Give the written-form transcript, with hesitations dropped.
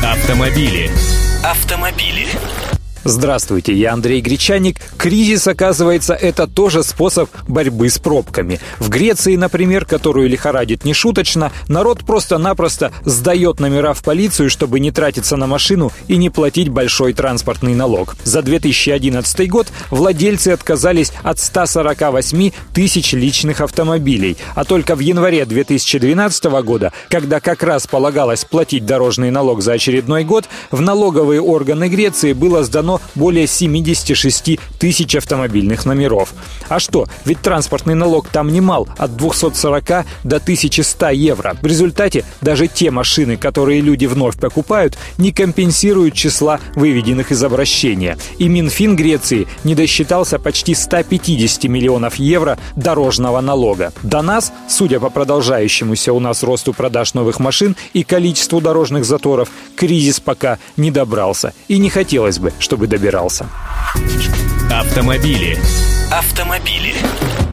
Автомобили. Здравствуйте, я Андрей Гречаник. Кризис, оказывается, это тоже способ борьбы с пробками. В Греции, например, которую лихорадит нешуточно, народ просто-напросто сдает номера в полицию, чтобы не тратиться на машину и не платить большой транспортный налог. За 2011 год владельцы отказались от 148 тысяч личных автомобилей. А только в январе 2012 года, когда как раз полагалось платить дорожный налог за очередной год, в налоговые органы Греции было сдано более 76 тысяч автомобильных номеров. А что, ведь транспортный налог там немал, от 240 до 1100 евро. В результате даже те машины, которые люди вновь покупают, не компенсируют числа выведенных из обращения. И Минфин Греции не досчитался почти 150 миллионов евро дорожного налога. До нас, судя по продолжающемуся у нас росту продаж новых машин и количеству дорожных заторов, кризис пока не добрался. И не хотелось бы, чтобы добирался. Автомобили.